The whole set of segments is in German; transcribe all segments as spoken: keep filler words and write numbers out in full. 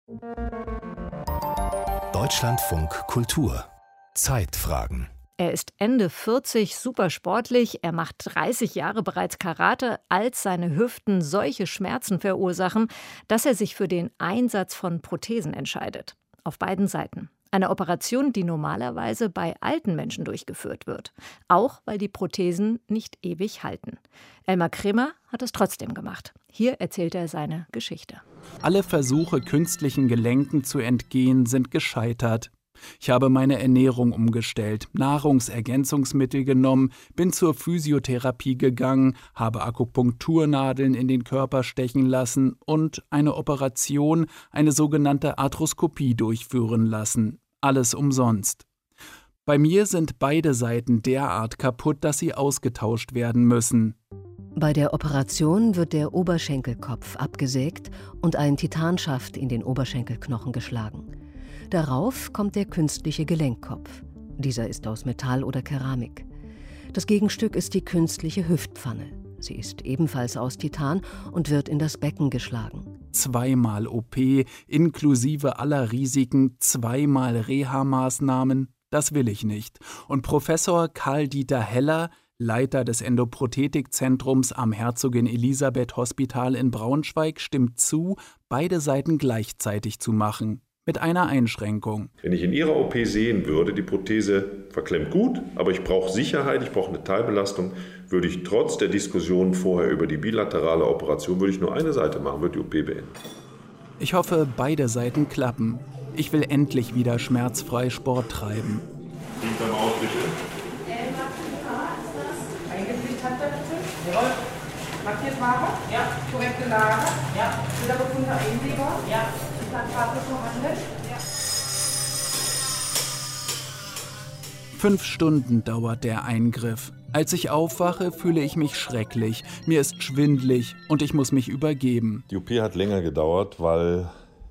Deutschlandfunk Kultur Zeitfragen. Er ist Ende vierzig, super sportlich. Er macht dreißig Jahre bereits Karate, als seine Hüften solche Schmerzen verursachen, dass er sich für den Einsatz von Prothesen entscheidet. Auf beiden Seiten. Eine Operation, die normalerweise bei alten Menschen durchgeführt wird. Auch weil die Prothesen nicht ewig halten. Elmar Kremer hat es trotzdem gemacht. Hier erzählt er seine Geschichte. Alle Versuche, künstlichen Gelenken zu entgehen, sind gescheitert. Ich habe meine Ernährung umgestellt, Nahrungsergänzungsmittel genommen, bin zur Physiotherapie gegangen, habe Akupunkturnadeln in den Körper stechen lassen und eine Operation, eine sogenannte Arthroskopie durchführen lassen. Alles umsonst. Bei mir sind beide Seiten derart kaputt, dass sie ausgetauscht werden müssen. Bei der Operation wird der Oberschenkelkopf abgesägt und ein Titanschaft in den Oberschenkelknochen geschlagen. Darauf kommt der künstliche Gelenkkopf. Dieser ist aus Metall oder Keramik. Das Gegenstück ist die künstliche Hüftpfanne. Sie ist ebenfalls aus Titan und wird in das Becken geschlagen. Zweimal O P, inklusive aller Risiken, zweimal Reha-Maßnahmen, das will ich nicht. Und Professor Karl-Dieter Heller, Leiter des Endoprothetikzentrums am Herzogin-Elisabeth-Hospital in Braunschweig, stimmt zu, beide Seiten gleichzeitig zu machen. Mit einer Einschränkung. Wenn ich in Ihrer O P sehen würde, die Prothese verklemmt gut, aber ich brauche Sicherheit, ich brauche eine Teilbelastung, würde ich trotz der Diskussion vorher über die bilaterale Operation, würde ich nur eine Seite machen, würde die O P beenden. Ich hoffe, beide Seiten klappen. Ich will endlich wieder schmerzfrei Sport treiben. Liegt beim Aus, bitte. Eingepflegt hat er bitte. Jawohl. Markiert Ware? Ja. Korrekte Lage? Ja. Bilderbefunde Einleger? Ja. Fünf Stunden dauert der Eingriff. Als ich aufwache, fühle ich mich schrecklich. Mir ist schwindelig und ich muss mich übergeben. Die O P hat länger gedauert, weil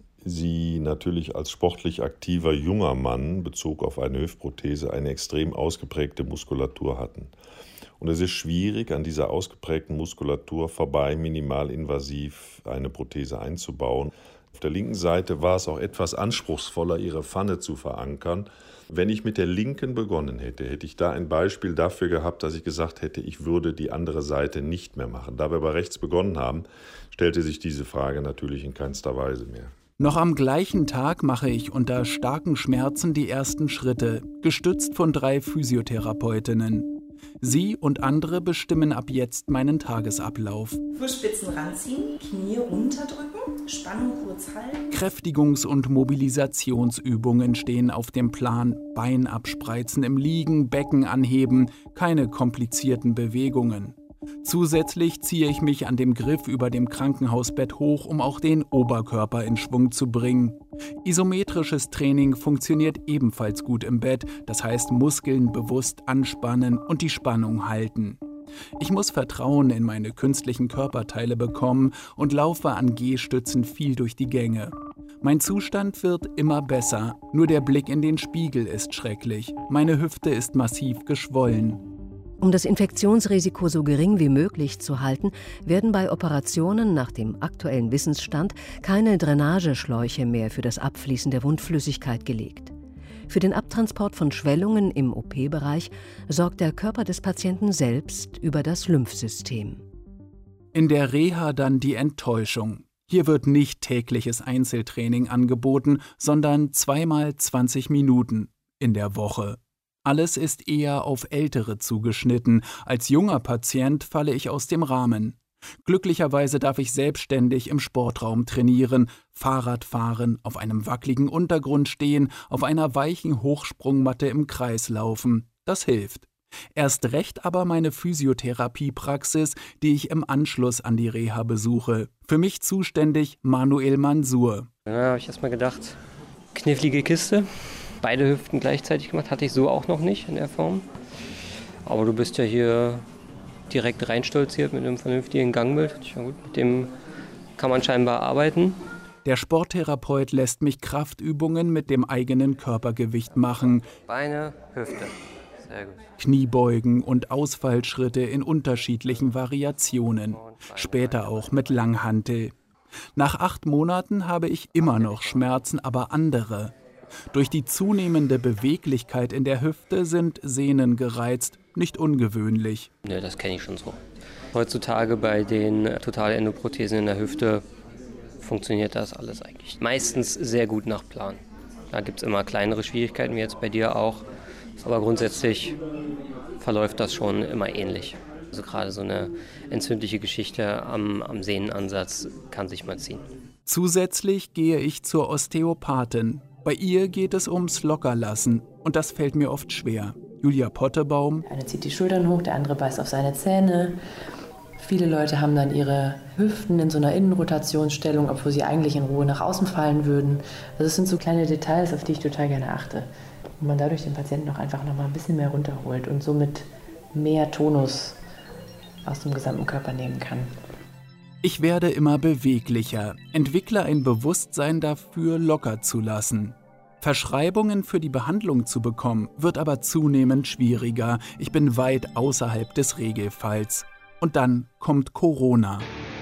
sie natürlich als sportlich aktiver junger Mann, Bezug auf eine Hüftprothese, eine extrem ausgeprägte Muskulatur hatten. Und es ist schwierig, an dieser ausgeprägten Muskulatur vorbei minimalinvasiv eine Prothese einzubauen. Auf der linken Seite war es auch etwas anspruchsvoller, ihre Pfanne zu verankern. Wenn ich mit der linken begonnen hätte, hätte ich da ein Beispiel dafür gehabt, dass ich gesagt hätte, ich würde die andere Seite nicht mehr machen. Da wir bei rechts begonnen haben, stellte sich diese Frage natürlich in keinster Weise mehr. Noch am gleichen Tag mache ich unter starken Schmerzen die ersten Schritte, gestützt von drei Physiotherapeutinnen. Sie und andere bestimmen ab jetzt meinen Tagesablauf. Fußspitzen ranziehen, Knie runterdrücken, Spannung kurz halten. Kräftigungs- und Mobilisationsübungen stehen auf dem Plan. Bein abspreizen im Liegen, Becken anheben, keine komplizierten Bewegungen. Zusätzlich ziehe ich mich an dem Griff über dem Krankenhausbett hoch, um auch den Oberkörper in Schwung zu bringen. Isometrisches Training funktioniert ebenfalls gut im Bett, das heißt Muskeln bewusst anspannen und die Spannung halten. Ich muss Vertrauen in meine künstlichen Körperteile bekommen und laufe an Gehstützen viel durch die Gänge. Mein Zustand wird immer besser, nur der Blick in den Spiegel ist schrecklich. Meine Hüfte ist massiv geschwollen. Um das Infektionsrisiko so gering wie möglich zu halten, werden bei Operationen nach dem aktuellen Wissensstand keine Drainageschläuche mehr für das Abfließen der Wundflüssigkeit gelegt. Für den Abtransport von Schwellungen im O P-Bereich sorgt der Körper des Patienten selbst über das Lymphsystem. In der Reha dann die Enttäuschung. Hier wird nicht tägliches Einzeltraining angeboten, sondern zweimal zwanzig Minuten in der Woche. Alles ist eher auf Ältere zugeschnitten. Als junger Patient falle ich aus dem Rahmen. Glücklicherweise darf ich selbstständig im Sportraum trainieren, Fahrrad fahren, auf einem wackeligen Untergrund stehen, auf einer weichen Hochsprungmatte im Kreis laufen. Das hilft. Erst recht aber meine Physiotherapiepraxis, die ich im Anschluss an die Reha besuche. Für mich zuständig Manuel Mansur. Ja, habe ich erst mal gedacht, knifflige Kiste. Beide Hüften gleichzeitig gemacht, hatte ich so auch noch nicht in der Form. Aber du bist ja hier direkt reinstolziert mit einem vernünftigen Gangbild. Ja gut, mit dem kann man scheinbar arbeiten. Der Sporttherapeut lässt mich Kraftübungen mit dem eigenen Körpergewicht machen. Beine, Hüfte. Sehr gut. Kniebeugen und Ausfallschritte in unterschiedlichen Variationen. Später auch mit Langhantel. Nach acht Monaten habe ich immer noch Schmerzen, aber andere. Durch die zunehmende Beweglichkeit in der Hüfte sind Sehnen gereizt, nicht ungewöhnlich. Ne, das kenne ich schon so. Heutzutage bei den Totalendoprothesen in der Hüfte funktioniert das alles eigentlich meistens sehr gut nach Plan. Da gibt es immer kleinere Schwierigkeiten, wie jetzt bei dir auch. Aber grundsätzlich verläuft das schon immer ähnlich. Also gerade so eine entzündliche Geschichte am, am Sehnenansatz kann sich mal ziehen. Zusätzlich gehe ich zur Osteopathin. Bei ihr geht es ums Lockerlassen und das fällt mir oft schwer. Julia Pottebaum. Der eine zieht die Schultern hoch, der andere beißt auf seine Zähne. Viele Leute haben dann ihre Hüften in so einer Innenrotationsstellung, obwohl sie eigentlich in Ruhe nach außen fallen würden. Also es sind so kleine Details, auf die ich total gerne achte. Und man dadurch den Patienten auch einfach noch mal ein bisschen mehr runterholt und somit mehr Tonus aus dem gesamten Körper nehmen kann. Ich werde immer beweglicher, entwickle ein Bewusstsein dafür, locker zu lassen. Verschreibungen für die Behandlung zu bekommen, wird aber zunehmend schwieriger. Ich bin weit außerhalb des Regelfalls. Und dann kommt Corona.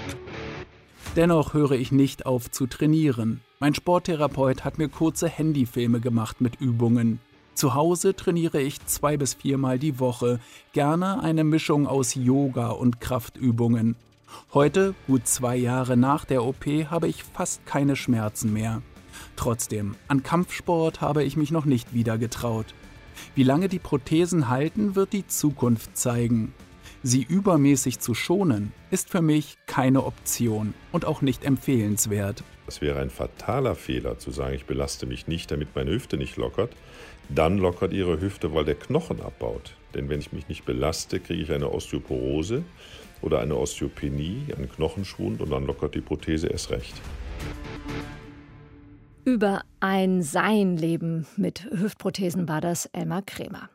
Dennoch höre ich nicht auf zu trainieren. Mein Sporttherapeut hat mir kurze Handyfilme gemacht mit Übungen. Zu Hause trainiere ich zwei bis viermal die Woche, gerne eine Mischung aus Yoga und Kraftübungen. Heute, gut zwei Jahre nach der O P, habe ich fast keine Schmerzen mehr. Trotzdem, an Kampfsport habe ich mich noch nicht wieder getraut. Wie lange die Prothesen halten, wird die Zukunft zeigen. Sie übermäßig zu schonen, ist für mich keine Option und auch nicht empfehlenswert. Es wäre ein fataler Fehler zu sagen, ich belaste mich nicht, damit meine Hüfte nicht lockert. Dann lockert Ihre Hüfte, weil der Knochen abbaut. Denn wenn ich mich nicht belaste, kriege ich eine Osteoporose oder eine Osteopenie, einen Knochenschwund und dann lockert die Prothese erst recht. Über ein Sein-Leben mit Hüftprothesen war das Elmar Krämer.